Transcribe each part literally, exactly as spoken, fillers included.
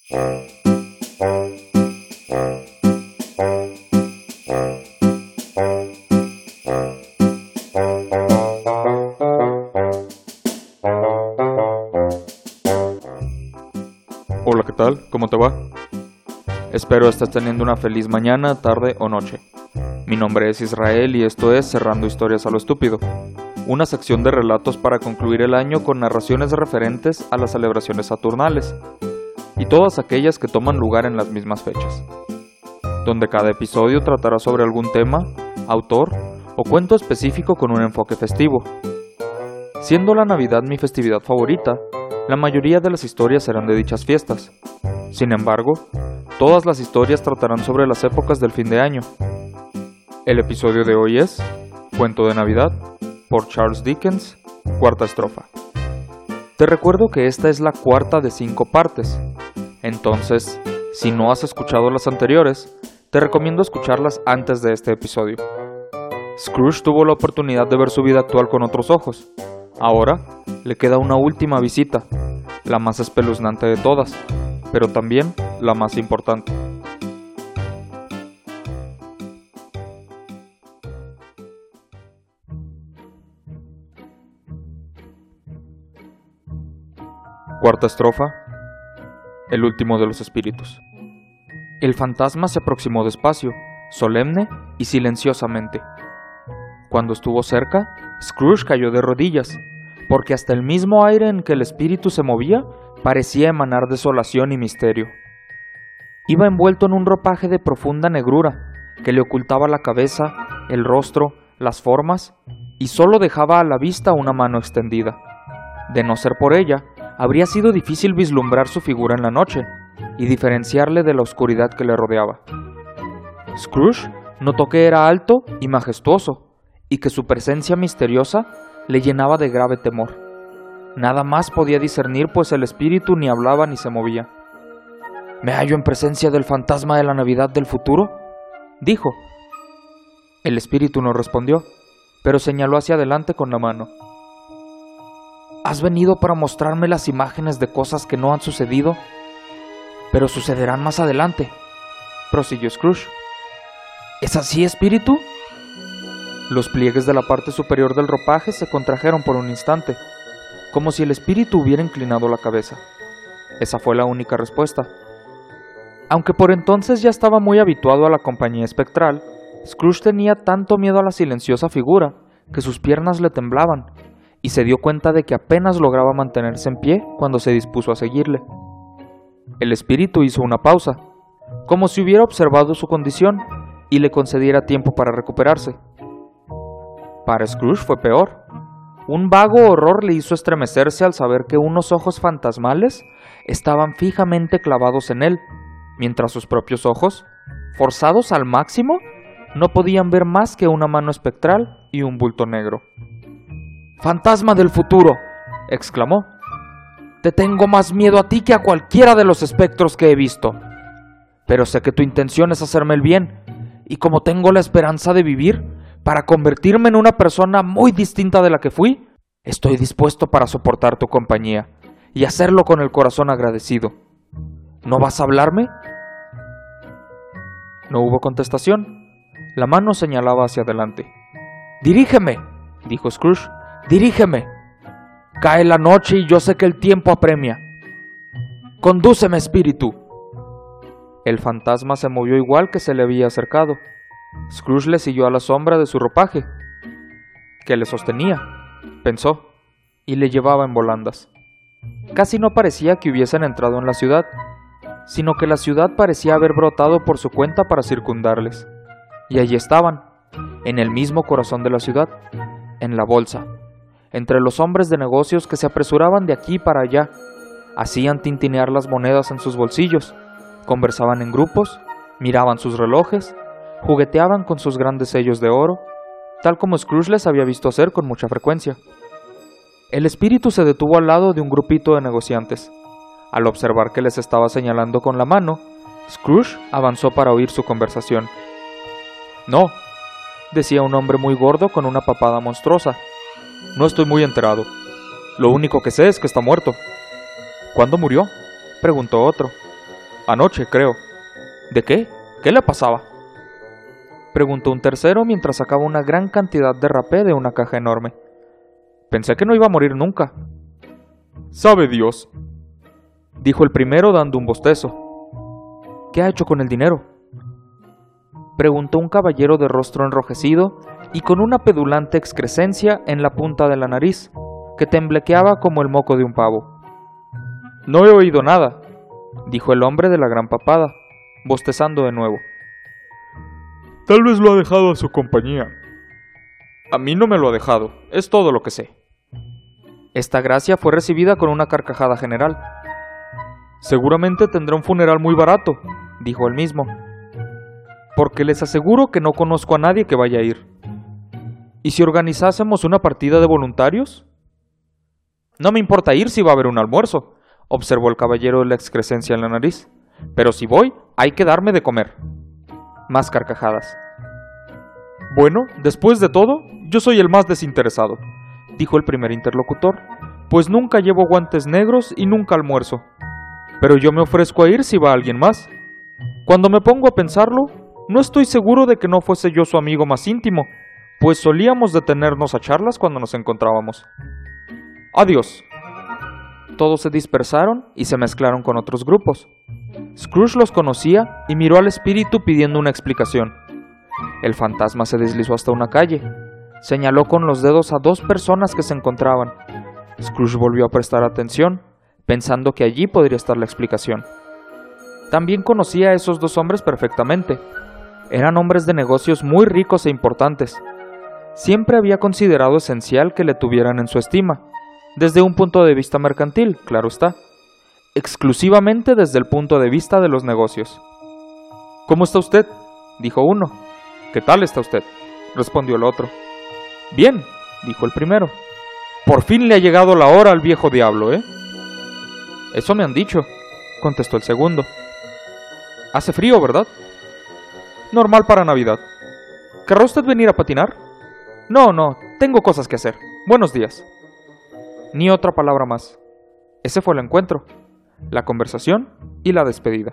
Hola, ¿qué tal? ¿Cómo te va? Espero estés teniendo una feliz mañana, tarde o noche. Mi nombre es Israel y esto es Cerrando Historias a lo Estúpido, una sección de relatos para concluir el año con narraciones referentes a las celebraciones saturnales y todas aquellas que toman lugar en las mismas fechas, donde cada episodio tratará sobre algún tema, autor o cuento específico con un enfoque festivo. Siendo la Navidad mi festividad favorita, la mayoría de las historias serán de dichas fiestas. Sin embargo, todas las historias tratarán sobre las épocas del fin de año. El episodio de hoy es Cuento de Navidad, por Charles Dickens, cuarta estrofa. Te recuerdo que esta es la cuarta de cinco partes, entonces, si no has escuchado las anteriores, te recomiendo escucharlas antes de este episodio. Scrooge tuvo la oportunidad de ver su vida actual con otros ojos. Ahora, le queda una última visita, la más espeluznante de todas, pero también la más importante. Cuarta estrofa. El último de los espíritus. El fantasma se aproximó despacio, solemne y silenciosamente. Cuando estuvo cerca, Scrooge cayó de rodillas, porque hasta el mismo aire en que el espíritu se movía parecía emanar desolación y misterio. Iba envuelto en un ropaje de profunda negrura, que le ocultaba la cabeza, el rostro, las formas, y solo dejaba a la vista una mano extendida. De no ser por ella, habría sido difícil vislumbrar su figura en la noche, y diferenciarle de la oscuridad que le rodeaba. Scrooge notó que era alto y majestuoso, y que su presencia misteriosa le llenaba de grave temor. Nada más podía discernir, pues el espíritu ni hablaba ni se movía. ¿Me hallo en presencia del fantasma de la Navidad del futuro?, dijo. El espíritu no respondió, pero señaló hacia adelante con la mano. ¿Has venido para mostrarme las imágenes de cosas que no han sucedido, pero sucederán más adelante?, prosiguió Scrooge. ¿Es así, espíritu? Los pliegues de la parte superior del ropaje se contrajeron por un instante, como si el espíritu hubiera inclinado la cabeza. Esa fue la única respuesta. Aunque por entonces ya estaba muy habituado a la compañía espectral, Scrooge tenía tanto miedo a la silenciosa figura que sus piernas le temblaban, y se dio cuenta de que apenas lograba mantenerse en pie cuando se dispuso a seguirle. El espíritu hizo una pausa, como si hubiera observado su condición y le concediera tiempo para recuperarse. Para Scrooge fue peor. Un vago horror le hizo estremecerse al saber que unos ojos fantasmales estaban fijamente clavados en él, mientras sus propios ojos, forzados al máximo, no podían ver más que una mano espectral y un bulto negro. «¡Fantasma del futuro!», exclamó. «Te tengo más miedo a ti que a cualquiera de los espectros que he visto. Pero sé que tu intención es hacerme el bien, y como tengo la esperanza de vivir para convertirme en una persona muy distinta de la que fui, estoy dispuesto para soportar tu compañía y hacerlo con el corazón agradecido. ¿No vas a hablarme?». No hubo contestación. La mano señalaba hacia adelante. «Dirígeme», dijo Scrooge, «dirígeme. Cae la noche y yo sé que el tiempo apremia. Condúceme, espíritu». El fantasma se movió igual que se le había acercado. Scrooge le siguió a la sombra de su ropaje, que le sostenía, pensó, y le llevaba en volandas. Casi no parecía que hubiesen entrado en la ciudad, sino que la ciudad parecía haber brotado por su cuenta para circundarles. Y allí estaban, en el mismo corazón de la ciudad, en la bolsa, entre los hombres de negocios que se apresuraban de aquí para allá, hacían tintinear las monedas en sus bolsillos, conversaban en grupos, miraban sus relojes, jugueteaban con sus grandes sellos de oro, tal como Scrooge les había visto hacer con mucha frecuencia. El espíritu se detuvo al lado de un grupito de negociantes. Al observar que les estaba señalando con la mano, Scrooge avanzó para oír su conversación. «No», decía un hombre muy gordo con una papada monstruosa. «No estoy muy enterado. Lo único que sé es que está muerto». «¿Cuándo murió?», preguntó otro. Anoche, creo. ¿De qué? ¿Qué le pasaba? Preguntó un tercero mientras sacaba una gran cantidad de rapé de una caja enorme. Pensé que no iba a morir nunca. Sabe Dios, dijo el primero dando un bostezo. ¿Qué ha hecho con el dinero? Preguntó un caballero de rostro enrojecido y con una pedulante excrescencia en la punta de la nariz, que temblequeaba como el moco de un pavo. No he oído nada, dijo el hombre de la gran papada, bostezando de nuevo. Tal vez lo ha dejado a su compañía. A mí no me lo ha dejado, es todo lo que sé. Esta gracia fue recibida con una carcajada general. Seguramente tendrá un funeral muy barato, dijo él mismo, porque les aseguro que no conozco a nadie que vaya a ir. ¿Y si organizásemos una partida de voluntarios? No me importa ir si va a haber un almuerzo, observó el caballero de la excrescencia en la nariz, pero si voy, hay que darme de comer. Más carcajadas. Bueno, después de todo, yo soy el más desinteresado, dijo el primer interlocutor, pues nunca llevo guantes negros y nunca almuerzo. Pero yo me ofrezco a ir si va alguien más. Cuando me pongo a pensarlo, no estoy seguro de que no fuese yo su amigo más íntimo, pues solíamos detenernos a charlas cuando nos encontrábamos. Adiós. Todos se dispersaron y se mezclaron con otros grupos. Scrooge los conocía y miró al espíritu pidiendo una explicación. El fantasma se deslizó hasta una calle. Señaló con los dedos a dos personas que se encontraban. Scrooge volvió a prestar atención, pensando que allí podría estar la explicación. También conocía a esos dos hombres perfectamente. Eran hombres de negocios muy ricos e importantes. Siempre había considerado esencial que le tuvieran en su estima, desde un punto de vista mercantil, claro está, exclusivamente desde el punto de vista de los negocios. ¿Cómo está usted?, dijo uno. ¿Qué tal está usted?, respondió el otro. Bien, dijo el primero. Por fin le ha llegado la hora al viejo diablo, ¿eh? Eso me han dicho, contestó el segundo. Hace frío, ¿verdad? Normal para Navidad. ¿Querrá usted venir a patinar? No, no, tengo cosas que hacer. Buenos días. Ni otra palabra más. Ese fue el encuentro, la conversación y la despedida.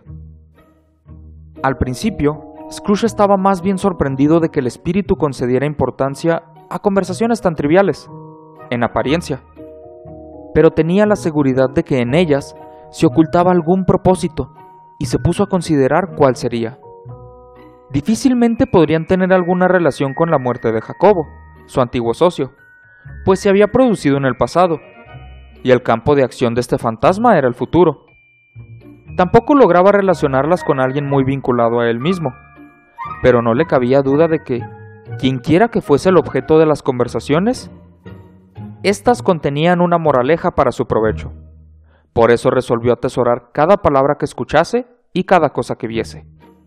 Al principio, Scrooge estaba más bien sorprendido de que el espíritu concediera importancia a conversaciones tan triviales, en apariencia, pero tenía la seguridad de que en ellas se ocultaba algún propósito y se puso a considerar cuál sería. Difícilmente podrían tener alguna relación con la muerte de Jacobo, su antiguo socio, pues se había producido en el pasado, y el campo de acción de este fantasma era el futuro. Tampoco lograba relacionarlas con alguien muy vinculado a él mismo, pero no le cabía duda de que, quienquiera que fuese el objeto de las conversaciones, éstas contenían una moraleja para su provecho. Por eso resolvió atesorar cada palabra que escuchase y cada cosa que viese.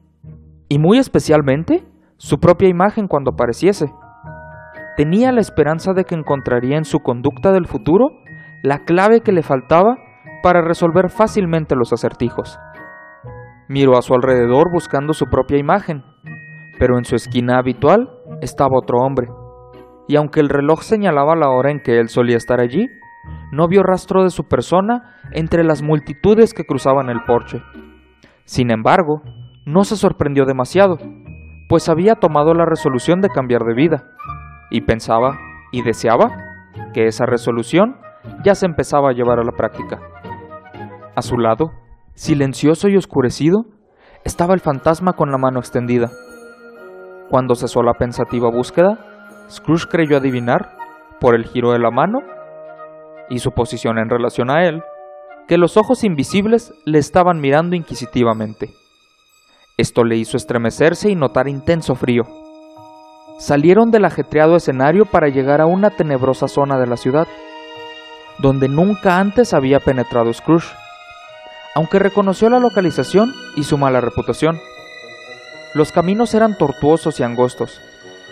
Y muy especialmente, su propia imagen cuando apareciese. Tenía la esperanza de que encontraría en su conducta del futuro la clave que le faltaba para resolver fácilmente los acertijos. Miró a su alrededor buscando su propia imagen, pero en su esquina habitual estaba otro hombre, y aunque el reloj señalaba la hora en que él solía estar allí, no vio rastro de su persona entre las multitudes que cruzaban el porche. Sin embargo, no se sorprendió demasiado, pues había tomado la resolución de cambiar de vida, y pensaba y deseaba que esa resolución ya se empezaba a llevar a la práctica. A su lado, silencioso y oscurecido, estaba el fantasma con la mano extendida. Cuando cesó la pensativa búsqueda, Scrooge creyó adivinar, por el giro de la mano y su posición en relación a él, que los ojos invisibles le estaban mirando inquisitivamente. Esto le hizo estremecerse y notar intenso frío. Salieron del ajetreado escenario para llegar a una tenebrosa zona de la ciudad, donde nunca antes había penetrado Scrooge, aunque reconoció la localización y su mala reputación. Los caminos eran tortuosos y angostos,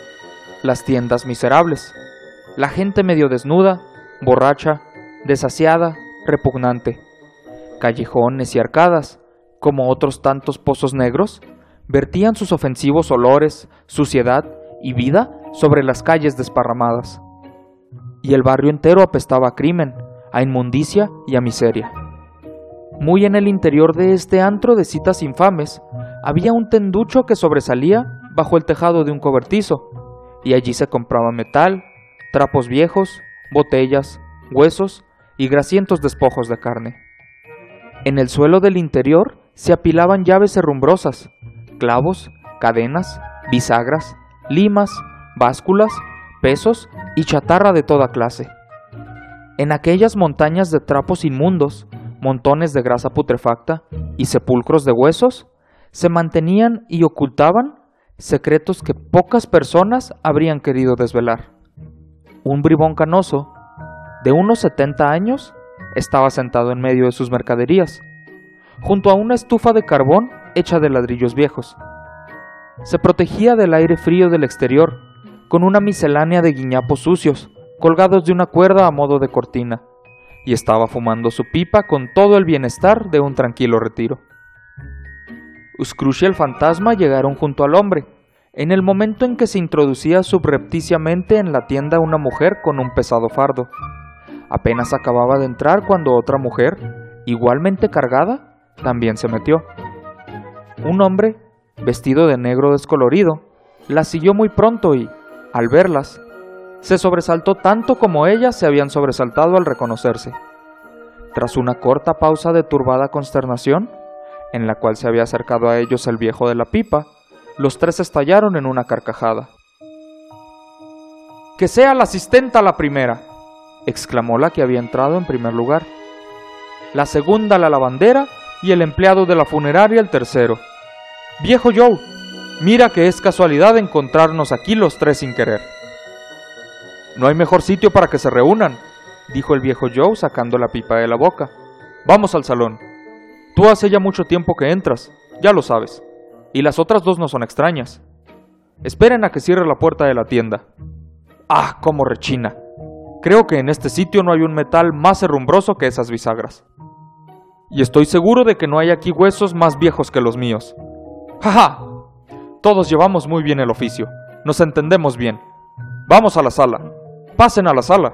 las tiendas miserables, la gente medio desnuda, borracha, desasiada, repugnante. Callejones y arcadas, como otros tantos pozos negros, vertían sus ofensivos olores, suciedad y vida sobre las calles desparramadas. Y el barrio entero apestaba a crimen, a inmundicia y a miseria. Muy en el interior de este antro de citas infames, había un tenducho que sobresalía bajo el tejado de un cobertizo, y allí se compraba metal, trapos viejos, botellas, huesos y grasientos despojos de carne. En el suelo del interior se apilaban llaves herrumbrosas, clavos, cadenas, bisagras, limas, básculas, pesos y chatarra de toda clase. En aquellas montañas de trapos inmundos, montones de grasa putrefacta y sepulcros de huesos, se mantenían y ocultaban secretos que pocas personas habrían querido desvelar. Un bribón canoso, de unos setenta años, estaba sentado en medio de sus mercaderías, junto a una estufa de carbón hecha de ladrillos viejos. Se protegía del aire frío del exterior, con una miscelánea de guiñapos sucios, colgados de una cuerda a modo de cortina, y estaba fumando su pipa con todo el bienestar de un tranquilo retiro. Scrooge y el fantasma llegaron junto al hombre, en el momento en que se introducía subrepticiamente en la tienda una mujer con un pesado fardo. Apenas acababa de entrar cuando otra mujer, igualmente cargada, también se metió. Un hombre, vestido de negro descolorido, las siguió muy pronto y, al verlas, se sobresaltó tanto como ellas se habían sobresaltado al reconocerse. Tras una corta pausa de turbada consternación, en la cual se había acercado a ellos el viejo de la pipa, los tres estallaron en una carcajada. «¡Que sea la asistenta la primera!», exclamó la que había entrado en primer lugar. «La segunda la lavandera y el empleado de la funeraria el tercero. Viejo Joe, mira que es casualidad encontrarnos aquí los tres sin querer». «No hay mejor sitio para que se reúnan», dijo el viejo Joe sacando la pipa de la boca. «Vamos al salón. Tú hace ya mucho tiempo que entras, ya lo sabes, y las otras dos no son extrañas. Esperen a que cierre la puerta de la tienda. ¡Ah, cómo rechina! Creo que en este sitio no hay un metal más herrumbroso que esas bisagras. Y estoy seguro de que no hay aquí huesos más viejos que los míos. ¡Ja, ja! Todos llevamos muy bien el oficio, nos entendemos bien. Vamos a la sala. Pasen a la sala».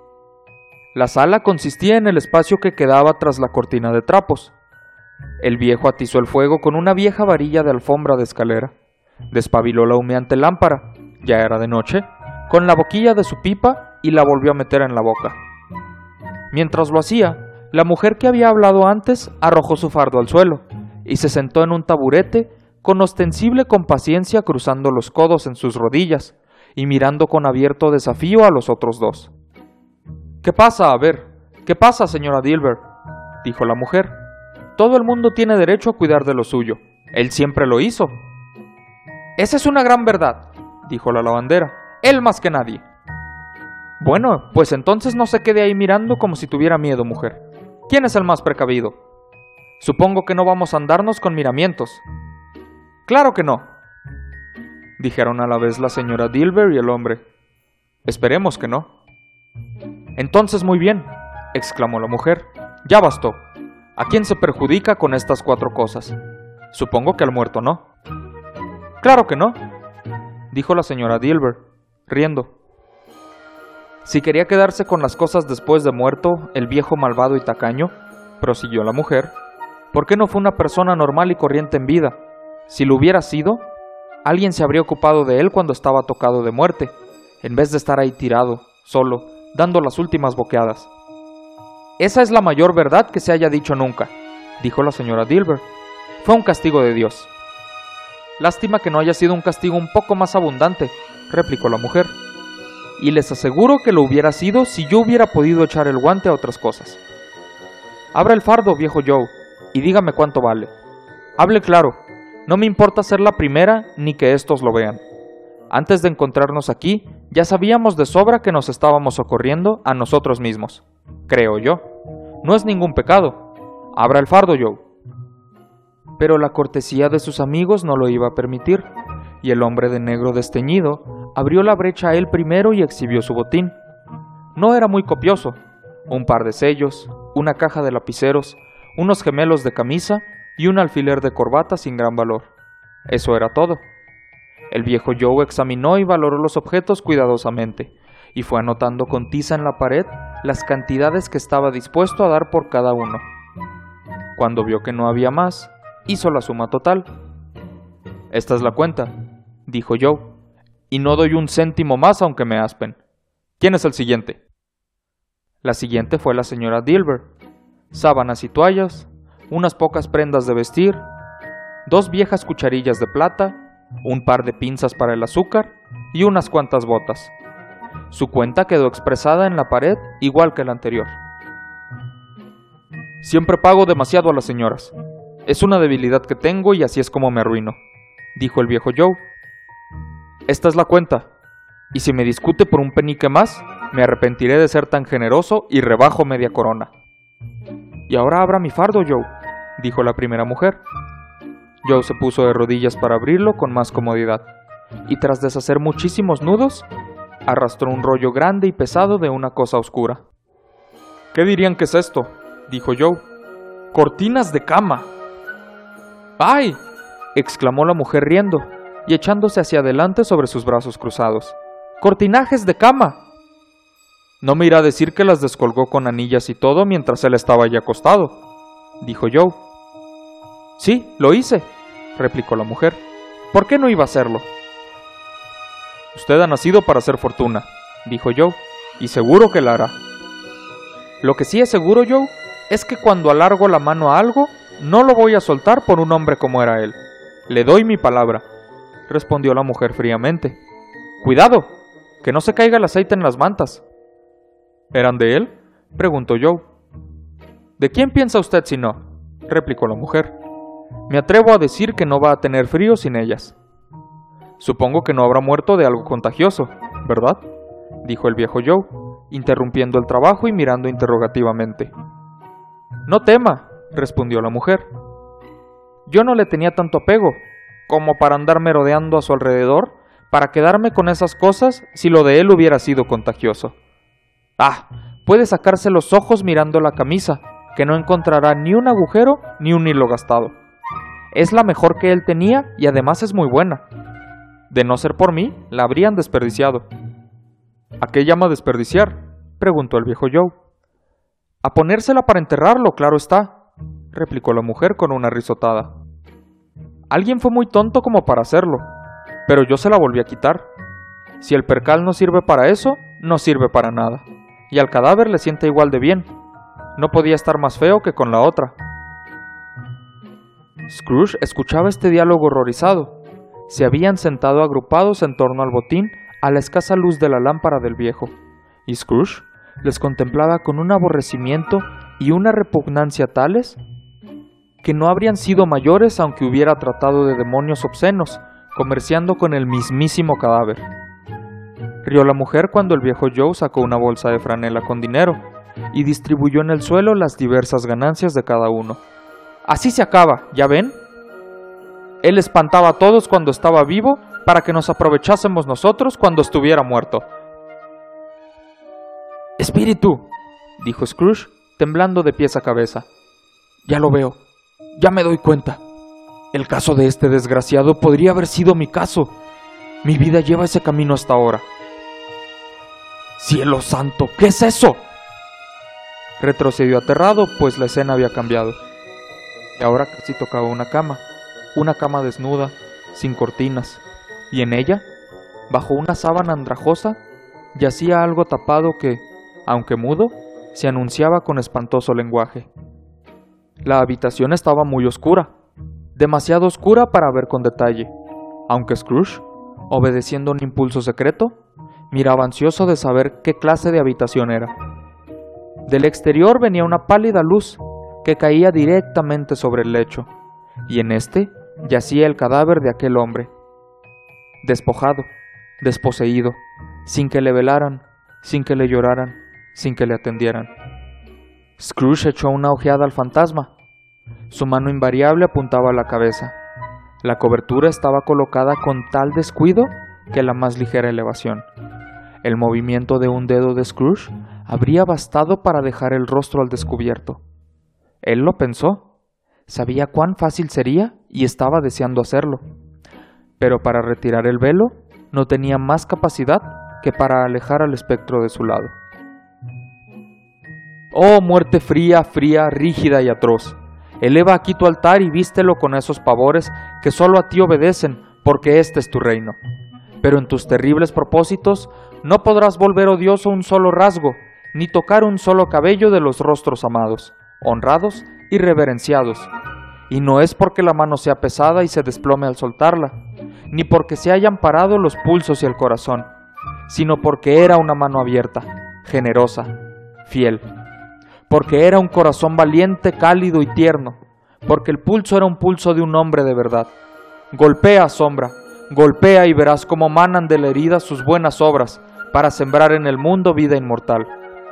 La sala consistía en el espacio que quedaba tras la cortina de trapos. El viejo atizó el fuego con una vieja varilla de alfombra de escalera, despabiló la humeante lámpara, ya era de noche, con la boquilla de su pipa y la volvió a meter en la boca. Mientras lo hacía, la mujer que había hablado antes arrojó su fardo al suelo y se sentó en un taburete con ostensible compaciencia, cruzando los codos en sus rodillas y mirando con abierto desafío a los otros dos. «¿Qué pasa? A ver, ¿qué pasa, señora Dilber?», dijo la mujer. «Todo el mundo tiene derecho a cuidar de lo suyo. Él siempre lo hizo». «Esa es una gran verdad», dijo la lavandera. «Él más que nadie». «Bueno, pues entonces no se quede ahí mirando como si tuviera miedo, mujer. ¿Quién es el más precavido? Supongo que no vamos a andarnos con miramientos». «Claro que no», dijeron a la vez la señora Dilber y el hombre. «Esperemos que no». «Entonces muy bien», exclamó la mujer. «Ya bastó. ¿A quién se perjudica con estas cuatro cosas? Supongo que al muerto, ¿no?». «Claro que no», dijo la señora Dilber, riendo. «Si quería quedarse con las cosas después de muerto el viejo malvado y tacaño», prosiguió la mujer, «¿por qué no fue una persona normal y corriente en vida? Si lo hubiera sido, alguien se habría ocupado de él cuando estaba tocado de muerte, en vez de estar ahí tirado, solo, dando las últimas boqueadas». «Esa es la mayor verdad que se haya dicho nunca», dijo la señora Dilber. «Fue un castigo de Dios». «Lástima que no haya sido un castigo un poco más abundante», replicó la mujer. «Y les aseguro que lo hubiera sido si yo hubiera podido echar el guante a otras cosas. Abra el fardo, viejo Joe, y dígame cuánto vale. Hable claro, no me importa ser la primera ni que éstos lo vean. Antes de encontrarnos aquí, ya sabíamos de sobra que nos estábamos socorriendo a nosotros mismos. Creo yo. No es ningún pecado. Abra el fardo, Joe». Pero la cortesía de sus amigos no lo iba a permitir, y el hombre de negro desteñido abrió la brecha a él primero y exhibió su botín. No era muy copioso: un par de sellos, una caja de lapiceros, unos gemelos de camisa y un alfiler de corbata sin gran valor. Eso era todo. El viejo Joe examinó y valoró los objetos cuidadosamente, y fue anotando con tiza en la pared las cantidades que estaba dispuesto a dar por cada uno. Cuando vio que no había más, hizo la suma total. «Esta es la cuenta», dijo Joe, «y no doy un céntimo más aunque me aspen. ¿Quién es el siguiente?» La siguiente fue la señora Dilber. Sábanas y toallas, unas pocas prendas de vestir, dos viejas cucharillas de plata, un par de pinzas para el azúcar y unas cuantas botas. Su cuenta quedó expresada en la pared igual que la anterior. «Siempre pago demasiado a las señoras. Es una debilidad que tengo y así es como me arruino», dijo el viejo Joe. «Esta es la cuenta, y si me discute por un penique más, me arrepentiré de ser tan generoso y rebajo media corona». «Y ahora abra mi fardo, Joe», dijo la primera mujer. Joe se puso de rodillas para abrirlo con más comodidad, y tras deshacer muchísimos nudos, arrastró un rollo grande y pesado de una cosa oscura. «¿Qué dirían que es esto?», dijo Joe. «¡Cortinas de cama!». «¡Ay!», exclamó la mujer riendo y echándose hacia adelante sobre sus brazos cruzados. «¡Cortinajes de cama!». «No me irá a decir que las descolgó con anillas y todo mientras él estaba allí acostado», dijo Joe. «Sí, lo hice», replicó la mujer. «¿Por qué no iba a hacerlo?». «Usted ha nacido para hacer fortuna», dijo Joe, «y seguro que la hará». «Lo que sí es seguro, Joe, es que cuando alargo la mano a algo, no lo voy a soltar por un hombre como era él. Le doy mi palabra», respondió la mujer fríamente. «Cuidado, que no se caiga el aceite en las mantas». «¿Eran de él?», preguntó Joe. «¿De quién piensa usted si no?», replicó la mujer. «Me atrevo a decir que no va a tener frío sin ellas». «Supongo que no habrá muerto de algo contagioso, ¿verdad?», dijo el viejo Joe, interrumpiendo el trabajo y mirando interrogativamente. «No tema», respondió la mujer. «Yo no le tenía tanto apego como para andar merodeando a su alrededor para quedarme con esas cosas si lo de él hubiera sido contagioso. Ah, puede sacarse los ojos mirando la camisa, que no encontrará ni un agujero ni un hilo gastado. Es la mejor que él tenía y además es muy buena. De no ser por mí, la habrían desperdiciado». «¿A qué llama desperdiciar?», preguntó el viejo Joe. «A ponérsela para enterrarlo, claro está», replicó la mujer con una risotada. «Alguien fue muy tonto como para hacerlo, pero yo se la volví a quitar. Si el percal no sirve para eso, no sirve para nada, y al cadáver le sienta igual de bien. No podía estar más feo que con la otra». Scrooge escuchaba este diálogo horrorizado. Se habían sentado agrupados en torno al botín a la escasa luz de la lámpara del viejo, y Scrooge les contemplaba con un aborrecimiento y una repugnancia tales que no habrían sido mayores aunque hubiera tratado de demonios obscenos, comerciando con el mismísimo cadáver. Rió la mujer cuando el viejo Joe sacó una bolsa de franela con dinero y distribuyó en el suelo las diversas ganancias de cada uno. «Así se acaba, ¿ya ven? Él espantaba a todos cuando estaba vivo para que nos aprovechásemos nosotros cuando estuviera muerto». «Espíritu», dijo Scrooge, temblando de pies a cabeza. «Ya lo veo, ya me doy cuenta. El caso de este desgraciado podría haber sido mi caso. Mi vida lleva ese camino hasta ahora». «¡Cielo santo! ¿Qué es eso?». Retrocedió aterrado, pues la escena había cambiado. Y ahora casi tocaba una cama, una cama desnuda, sin cortinas, y en ella, bajo una sábana andrajosa, yacía algo tapado que, aunque mudo, se anunciaba con espantoso lenguaje. La habitación estaba muy oscura, demasiado oscura para ver con detalle, aunque Scrooge, obedeciendo un impulso secreto, miraba ansioso de saber qué clase de habitación era. Del exterior venía una pálida luz que caía directamente sobre el lecho, y en este yacía el cadáver de aquel hombre, despojado, desposeído, sin que le velaran, sin que le lloraran, sin que le atendieran. Scrooge echó una ojeada al fantasma. Su mano invariable apuntaba a la cabeza. La cobertura estaba colocada con tal descuido que la más ligera elevación. El movimiento de un dedo de Scrooge habría bastado para dejar el rostro al descubierto. Él lo pensó, sabía cuán fácil sería y estaba deseando hacerlo, pero para retirar el velo no tenía más capacidad que para alejar al espectro de su lado. ¡Oh, muerte fría, fría, rígida y atroz! eleva aquí tu altar y vístelo con esos pavores que solo a ti obedecen, porque este es tu reino. Pero en tus terribles propósitos no podrás volver odioso un solo rasgo, ni tocar un solo cabello de los rostros amados, honrados y reverenciados. Y no es porque la mano sea pesada y se desplome al soltarla, ni porque se hayan parado los pulsos y el corazón, sino porque era una mano abierta, generosa, fiel. Porque era un corazón valiente, cálido y tierno, porque el pulso era un pulso de un hombre de verdad. Golpea, sombra, golpea y verás cómo manan de la herida sus buenas obras, para sembrar en el mundo vida inmortal.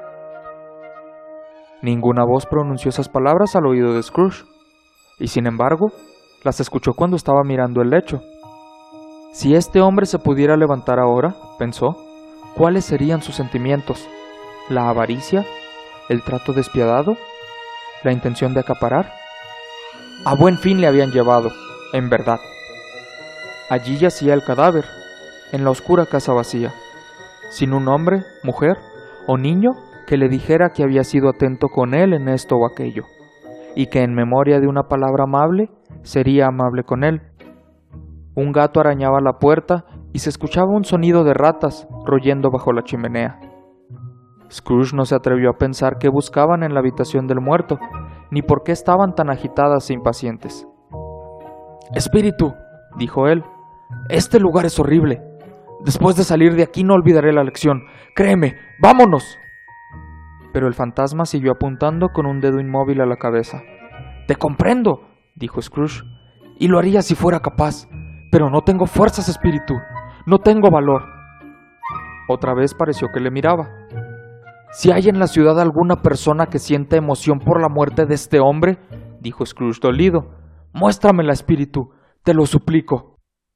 Ninguna voz pronunció esas palabras al oído de Scrooge, y sin embargo, las escuchó cuando estaba mirando el lecho. Si este hombre se pudiera levantar ahora, pensó, ¿cuáles serían sus sentimientos? ¿La avaricia? ¿El trato despiadado? ¿La intención de acaparar? A buen fin le habían llevado, en verdad. Allí yacía el cadáver, en la oscura casa vacía, sin un hombre, mujer o niño que le dijera que había sido atento con él en esto o aquello, y que en memoria de una palabra amable, sería amable con él. Un gato arañaba la puerta y se escuchaba un sonido de ratas royendo bajo la chimenea. Scrooge no se atrevió a pensar qué buscaban en la habitación del muerto, ni por qué estaban tan agitadas e impacientes. «Espíritu», dijo él, «este lugar es horrible. Después de salir de aquí no olvidaré la lección. Créeme, ¡vámonos!» Pero el fantasma siguió apuntando con un dedo inmóvil a la cabeza. «Te comprendo», dijo Scrooge, «y lo haría si fuera capaz. Pero no tengo fuerzas, espíritu. No tengo valor». Otra vez pareció que le miraba. «Si hay en la ciudad alguna persona que siente emoción por la muerte de este hombre», dijo Scrooge dolido, «muéstramela, espíritu, te lo suplico».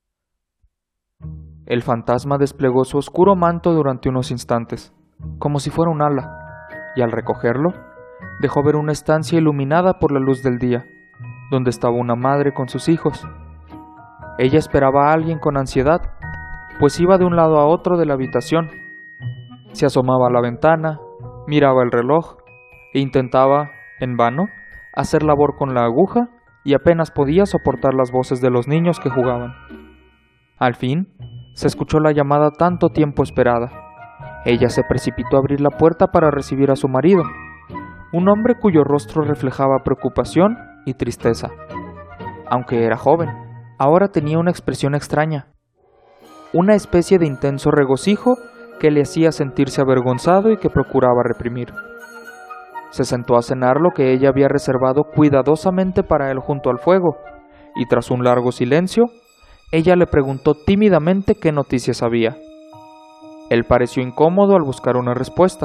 El fantasma desplegó su oscuro manto durante unos instantes, como si fuera un ala, y al recogerlo, dejó ver una estancia iluminada por la luz del día, donde estaba una madre con sus hijos. Ella esperaba a alguien con ansiedad, pues iba de un lado a otro de la habitación. Se asomaba a la ventana, miraba el reloj e intentaba, en vano, hacer labor con la aguja y apenas podía soportar las voces de los niños que jugaban. Al fin, se escuchó la llamada tanto tiempo esperada. Ella se precipitó a abrir la puerta para recibir a su marido, un hombre cuyo rostro reflejaba preocupación y tristeza. Aunque era joven, ahora tenía una expresión extraña, una especie de intenso regocijo que le hacía sentirse avergonzado y que procuraba reprimir. Se sentó a cenar lo que ella había reservado cuidadosamente para él junto al fuego, y tras un largo silencio, ella le preguntó tímidamente qué noticias había. Él pareció incómodo al buscar una respuesta.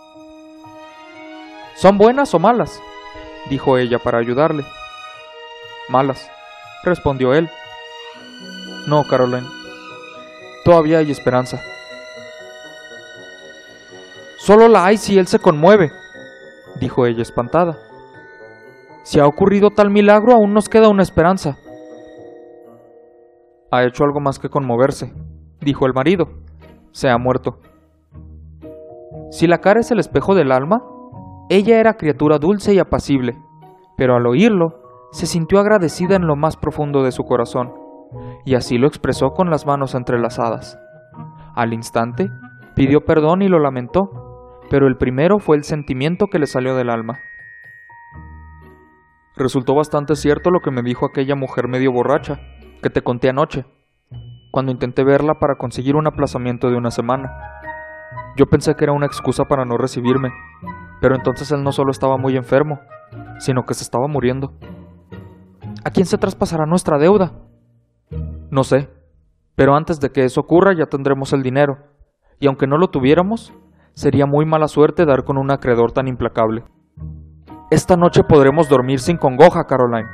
«¿Son buenas o malas?», dijo ella para ayudarle. «Malas», respondió él. «No, Caroline, todavía hay esperanza». «Solo la hay si él se conmueve», dijo ella espantada. «Si ha ocurrido tal milagro, aún nos queda una esperanza». «Ha hecho algo más que conmoverse», dijo el marido. «Se ha muerto». Si la cara es el espejo del alma, ella era criatura dulce y apacible, pero al oírlo, se sintió agradecida en lo más profundo de su corazón, y así lo expresó con las manos entrelazadas. Al instante, pidió perdón y lo lamentó, pero el primero fue el sentimiento que le salió del alma. «Resultó bastante cierto lo que me dijo aquella mujer medio borracha, que te conté anoche, cuando intenté verla para conseguir un aplazamiento de una semana. Yo pensé que era una excusa para no recibirme, pero entonces él no solo estaba muy enfermo, sino que se estaba muriendo. ¿A quién se traspasará nuestra deuda? No sé, pero antes de que eso ocurra ya tendremos el dinero, y aunque no lo tuviéramos, sería muy mala suerte dar con un acreedor tan implacable. Esta noche podremos dormir sin congoja, Caroline».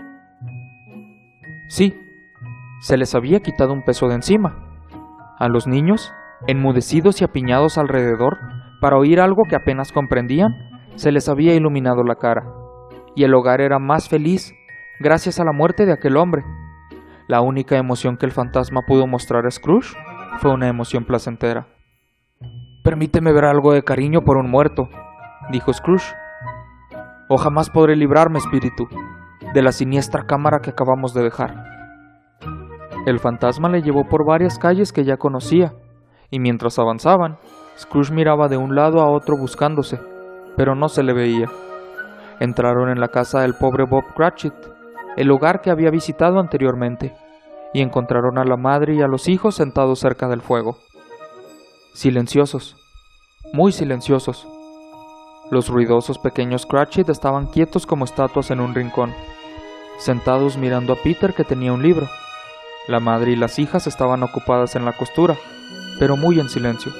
Sí, se les había quitado un peso de encima. A los niños, enmudecidos y apiñados alrededor, para oír algo que apenas comprendían, se les había iluminado la cara, y el hogar era más feliz gracias a la muerte de aquel hombre. La única emoción que el fantasma pudo mostrar a Scrooge fue una emoción placentera. «Permíteme ver algo de cariño por un muerto», dijo Scrooge. «O jamás podré librarme, espíritu. de la siniestra cámara que acabamos de dejar. El fantasma le llevó por varias calles que ya conocía, y mientras avanzaban, Scrooge miraba de un lado a otro buscándose, pero no se le veía. Entraron en la casa del pobre Bob Cratchit, el hogar que había visitado anteriormente, y encontraron a la madre y a los hijos sentados cerca del fuego. Silenciosos, muy silenciosos. Los ruidosos pequeños Cratchit estaban quietos como estatuas en un rincón, sentados mirando a Peter, que tenía un libro. La madre y las hijas estaban ocupadas en la costura, pero muy en silencio.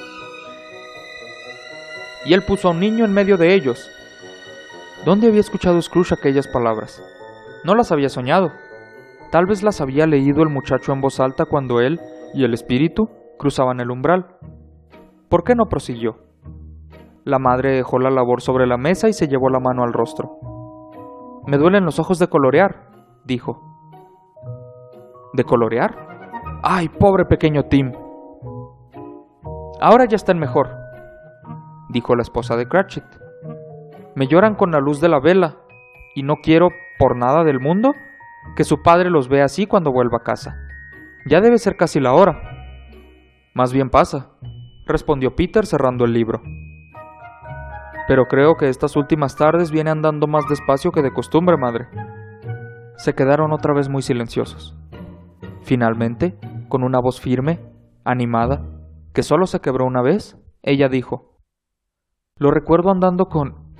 Y él puso a un niño en medio de ellos. ¿Dónde había escuchado Scrooge aquellas palabras? No las había soñado. Tal vez las había leído el muchacho en voz alta cuando él y el espíritu cruzaban el umbral. ¿Por qué no prosiguió? La madre dejó la labor sobre la mesa y se llevó la mano al rostro. «Me duelen los ojos de colorear», dijo. ¿De colorear? ¡Ay, pobre pequeño Tim! Ahora ya están mejor, dijo la esposa de Cratchit. Me lloran con la luz de la vela, y no quiero, por nada del mundo, que su padre los vea así cuando vuelva a casa. Ya debe ser casi la hora. Más bien pasa, respondió Peter cerrando el libro. Pero creo que estas últimas tardes viene andando más despacio que de costumbre, madre. Se quedaron otra vez muy silenciosos. Finalmente, con una voz firme, animada, que solo se quebró una vez, ella dijo: Lo recuerdo andando con...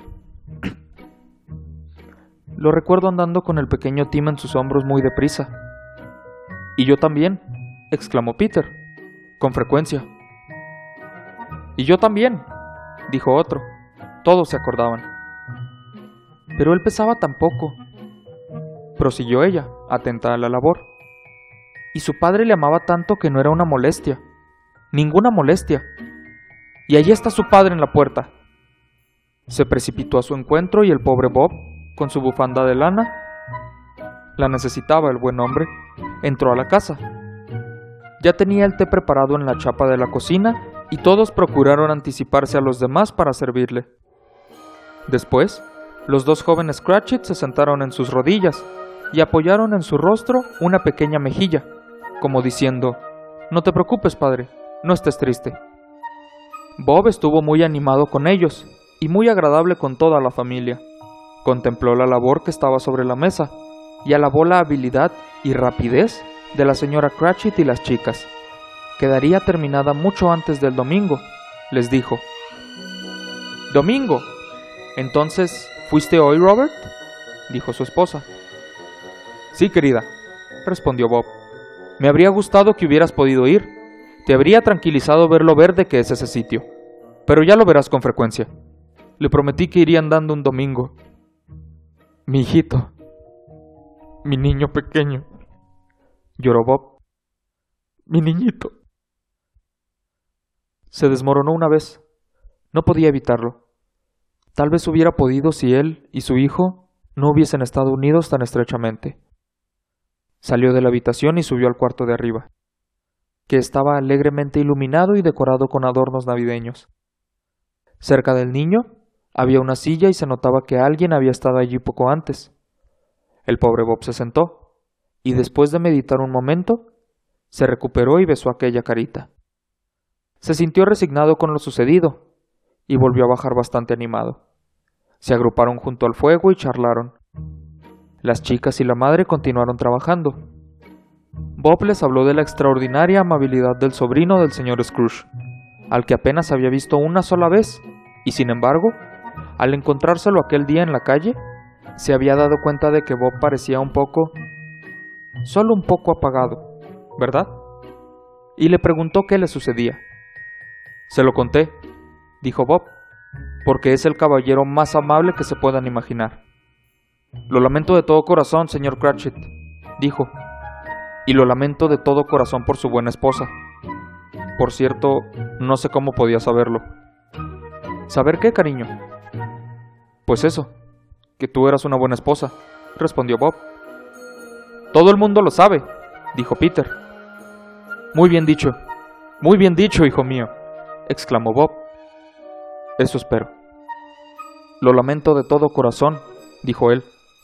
Lo recuerdo andando con el pequeño Tim en sus hombros muy deprisa. «Y yo también», exclamó Peter, «con frecuencia». «Y yo también», dijo otro. Todos se acordaban. «Pero él pesaba tan poco», prosiguió ella, atenta a la labor. «Y su padre le amaba tanto que no era una molestia. Ninguna molestia. Y allí está su padre en la puerta». Se precipitó a su encuentro y el pobre Bob, con su bufanda de lana, la necesitaba el buen hombre, entró a la casa. Ya tenía el té preparado en la chapa de la cocina y todos procuraron anticiparse a los demás para servirle. Después, los dos jóvenes Cratchit se sentaron en sus rodillas y apoyaron en su rostro una pequeña mejilla, como diciendo: «No te preocupes, padre, no estés triste». Bob estuvo muy animado con ellos y muy agradable con toda la familia. Contempló la labor que estaba sobre la mesa y alabó la habilidad y rapidez de la señora Cratchit y las chicas. Quedaría terminada mucho antes del domingo, les dijo. «¿Domingo? Entonces, ¿fuiste hoy, Robert?», dijo su esposa. «Sí, querida», respondió Bob. «Me habría gustado que hubieras podido ir. Te habría tranquilizado ver lo verde que es ese sitio. Pero ya lo verás con frecuencia. Le prometí que iría andando un domingo». «Mi hijito, mi niño pequeño», lloró Bob. «Mi niñito». Se desmoronó una vez. No podía evitarlo. Tal vez hubiera podido si él y su hijo no hubiesen estado unidos tan estrechamente. Salió de la habitación y subió al cuarto de arriba, que estaba alegremente iluminado y decorado con adornos navideños. Cerca del niño había una silla y se notaba que alguien había estado allí poco antes. El pobre Bob se sentó, y después de meditar un momento, se recuperó y besó aquella carita. Se sintió resignado con lo sucedido, y volvió a bajar bastante animado. Se agruparon junto al fuego y charlaron. Las chicas y la madre continuaron trabajando. Bob les habló de la extraordinaria amabilidad del sobrino del señor Scrooge, al que apenas había visto una sola vez, y sin embargo, al encontrárselo aquel día en la calle, se había dado cuenta de que Bob parecía un poco, solo un poco apagado, ¿verdad? Y le preguntó qué le sucedía. «Se lo conté», dijo Bob, «porque es el caballero más amable que se puedan imaginar». «Lo lamento de todo corazón, señor Cratchit», dijo, «y lo lamento de todo corazón por su buena esposa. Por cierto, no sé cómo podía saberlo». «¿Saber qué, cariño?» «Pues eso, que tú eras una buena esposa», respondió Bob. «Todo el mundo lo sabe», dijo Peter. «Muy bien dicho, muy bien dicho, hijo mío», exclamó Bob. «Eso espero». «Lo lamento de todo corazón», dijo él.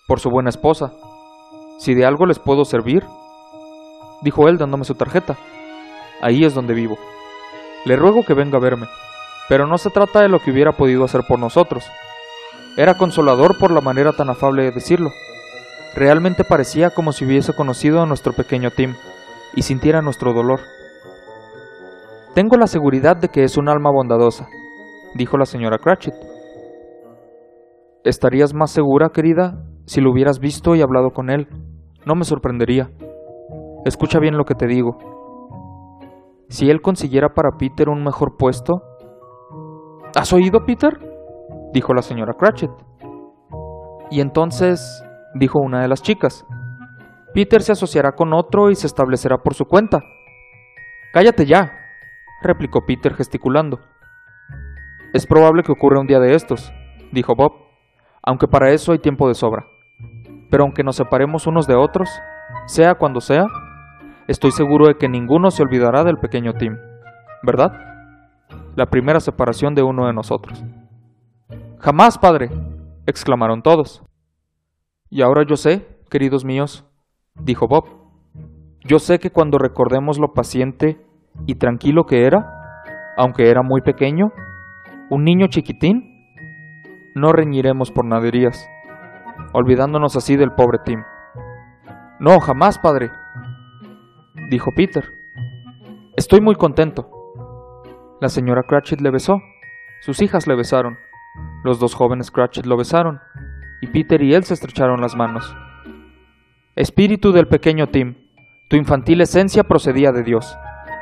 por su buena esposa. Si de algo les puedo servir, dijo él dándome su tarjeta, ahí es donde vivo. Le ruego que venga a verme, pero no se trata de lo que hubiera podido hacer por nosotros. Era consolador por la manera tan afable de decirlo. Realmente parecía como si hubiese conocido a nuestro pequeño Tim y sintiera nuestro dolor. Tengo la seguridad de que es un alma bondadosa, dijo la señora Cratchit. ¿Estarías más segura, querida, si lo hubieras visto y hablado con él? No me sorprendería. Escucha bien lo que te digo. Si él consiguiera para Peter un mejor puesto... ¿Has oído, Peter?, dijo la señora Cratchit. Y entonces, dijo una de las chicas, Peter se asociará con otro y se establecerá por su cuenta. Cállate ya, replicó Peter gesticulando. Es probable que ocurra un día de estos, dijo Bob, aunque para eso hay tiempo de sobra. Pero aunque nos separemos unos de otros, sea cuando sea, estoy seguro de que ninguno se olvidará del pequeño Tim, ¿verdad? La primera separación de uno de nosotros. ¡Jamás, padre!, exclamaron todos. Y ahora yo sé, queridos míos, dijo Bob, yo sé que cuando recordemos lo paciente y tranquilo que era, aunque era muy pequeño, un niño chiquitín, no reñiremos por naderías, olvidándonos así del pobre Tim. No, jamás, padre, dijo Peter. Estoy muy contento. La señora Cratchit le besó, sus hijas le besaron, los dos jóvenes Cratchit lo besaron, y Peter y él se estrecharon las manos. Espíritu del pequeño Tim, tu infantil esencia procedía de Dios.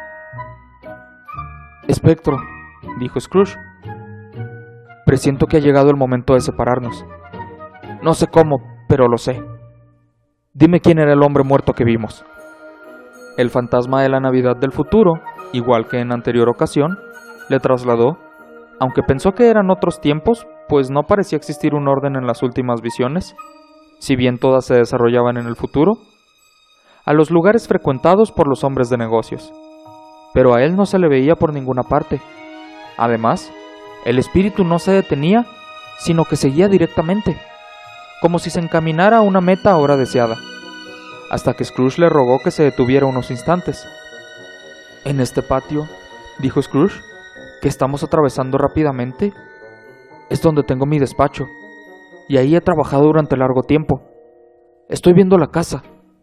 Espectro, dijo Scrooge, presiento que ha llegado el momento de separarnos. No sé cómo, pero lo sé. Dime quién era el hombre muerto que vimos. El fantasma de la Navidad del futuro, igual que en anterior ocasión, le trasladó, aunque pensó que eran otros tiempos, pues no parecía existir un orden en las últimas visiones, si bien todas se desarrollaban en el futuro, a los lugares frecuentados por los hombres de negocios. Pero a él no se le veía por ninguna parte. Además, el espíritu no se detenía, sino que seguía directamente, como si se encaminara a una meta ahora deseada, hasta que Scrooge le rogó que se detuviera unos instantes. En este patio, dijo Scrooge, que estamos atravesando rápidamente, es donde tengo mi despacho, y ahí he trabajado durante largo tiempo. Estoy viendo la casa.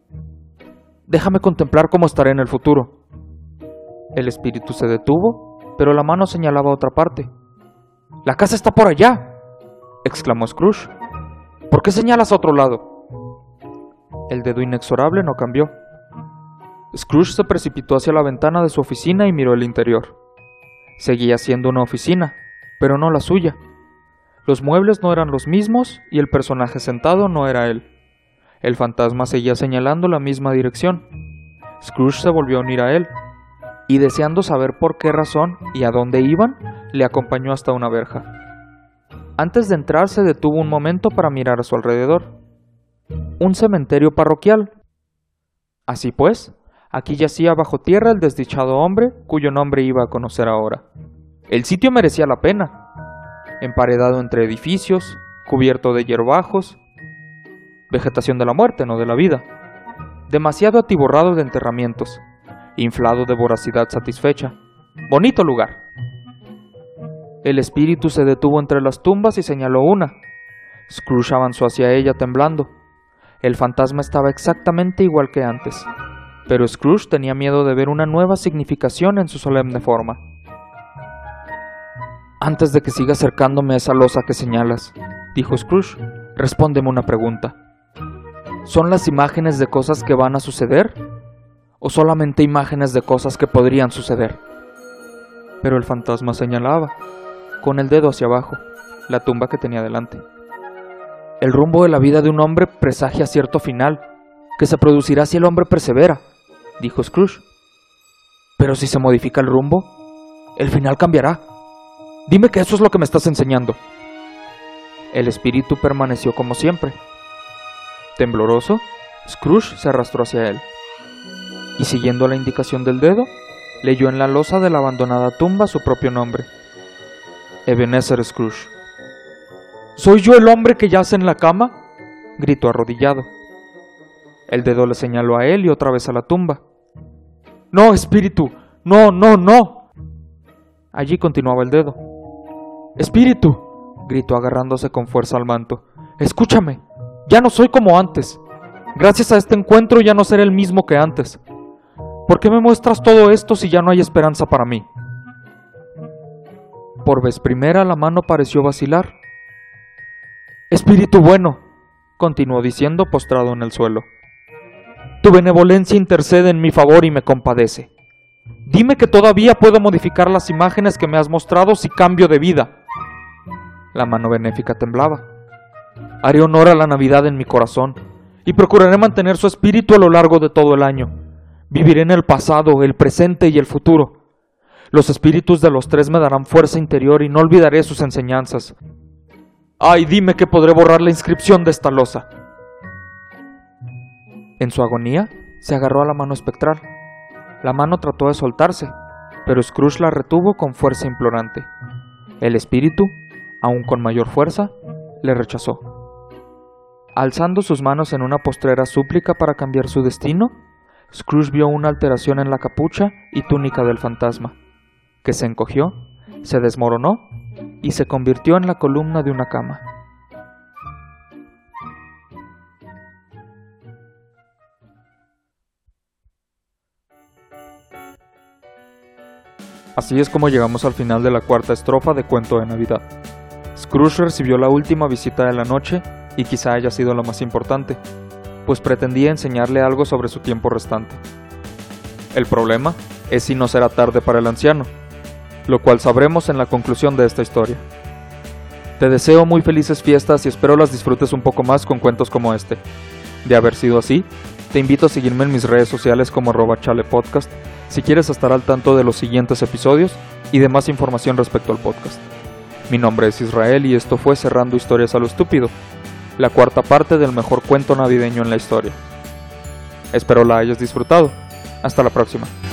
Déjame contemplar cómo estaré en el futuro. El espíritu se detuvo, pero la mano señalaba a otra parte. ¡La casa está por allá!, exclamó Scrooge. ¿Por qué señalas a otro lado? El dedo inexorable no cambió. Scrooge se precipitó hacia la ventana de su oficina y miró el interior. Seguía siendo una oficina, pero no la suya. Los muebles no eran los mismos y el personaje sentado no era él. El fantasma seguía señalando la misma dirección. Scrooge se volvió a unir a él, y deseando saber por qué razón y a dónde iban, le acompañó hasta una verja. Antes de entrar se detuvo un momento para mirar a su alrededor. Un cementerio parroquial. Así pues, aquí yacía bajo tierra el desdichado hombre cuyo nombre iba a conocer ahora. El sitio merecía la pena. Emparedado entre edificios, cubierto de hierbajos, vegetación de la muerte, no de la vida, demasiado atiborrado de enterramientos, inflado de voracidad satisfecha. Bonito lugar. El espíritu se detuvo entre las tumbas y señaló una. Scrooge avanzó hacia ella temblando. El fantasma estaba exactamente igual que antes, pero Scrooge tenía miedo de ver una nueva significación en su solemne forma. Antes de que siga acercándome a esa losa que señalas, dijo Scrooge, respóndeme una pregunta. ¿Son las imágenes de cosas que van a suceder? ¿O solamente imágenes de cosas que podrían suceder? Pero el fantasma señalaba, con el dedo hacia abajo, la tumba que tenía delante. El rumbo de la vida de un hombre presagia cierto final, que se producirá si el hombre persevera, dijo Scrooge. Pero si se modifica el rumbo, el final cambiará. Dime que eso es lo que me estás enseñando. El espíritu permaneció como siempre. Tembloroso, Scrooge se arrastró hacia él, y siguiendo la indicación del dedo, leyó en la losa de la abandonada tumba su propio nombre. Ebenezer Scrooge. ¿Soy yo el hombre que yace en la cama? gritó arrodillado. El dedo le señaló a él y otra vez a la tumba. ¡No, espíritu! ¡No, no, no! Allí continuaba el dedo. ¡Espíritu!, gritó agarrándose con fuerza al manto. ¡Escúchame! Ya no soy como antes. Gracias a este encuentro ya no seré el mismo que antes. ¿Por qué me muestras todo esto si ya no hay esperanza para mí? Por vez primera la mano pareció vacilar. Espíritu bueno, continuó diciendo postrado en el suelo. Tu benevolencia intercede en mi favor y me compadece. Dime que todavía puedo modificar las imágenes que me has mostrado si cambio de vida. La mano benéfica temblaba. Haré honor a la Navidad en mi corazón y procuraré mantener su espíritu a lo largo de todo el año. Viviré en el pasado, el presente y el futuro. Los espíritus de los tres me darán fuerza interior y no olvidaré sus enseñanzas. ¡Ay, dime que podré borrar la inscripción de esta losa! En su agonía, se agarró a la mano espectral. La mano trató de soltarse, pero Scrooge la retuvo con fuerza implorante. El espíritu, aún con mayor fuerza, le rechazó. Alzando sus manos en una postrera súplica para cambiar su destino, Scrooge vio una alteración en la capucha y túnica del fantasma, que se encogió, se desmoronó y se convirtió en la columna de una cama. Así es como llegamos al final de la cuarta estrofa de Cuento de Navidad. Scrooge recibió la última visita de la noche y quizá haya sido la más importante, pues pretendía enseñarle algo sobre su tiempo restante. El problema es si no será tarde para el anciano, lo cual sabremos en la conclusión de esta historia. Te deseo muy felices fiestas y espero las disfrutes un poco más con cuentos como este. De haber sido así, te invito a seguirme en mis redes sociales como arroba chalepodcast si quieres estar al tanto de los siguientes episodios y de más información respecto al podcast. Mi nombre es Israel y esto fue Cerrando Historias a lo Estúpido, la cuarta parte del mejor cuento navideño en la historia. Espero la hayas disfrutado. Hasta la próxima.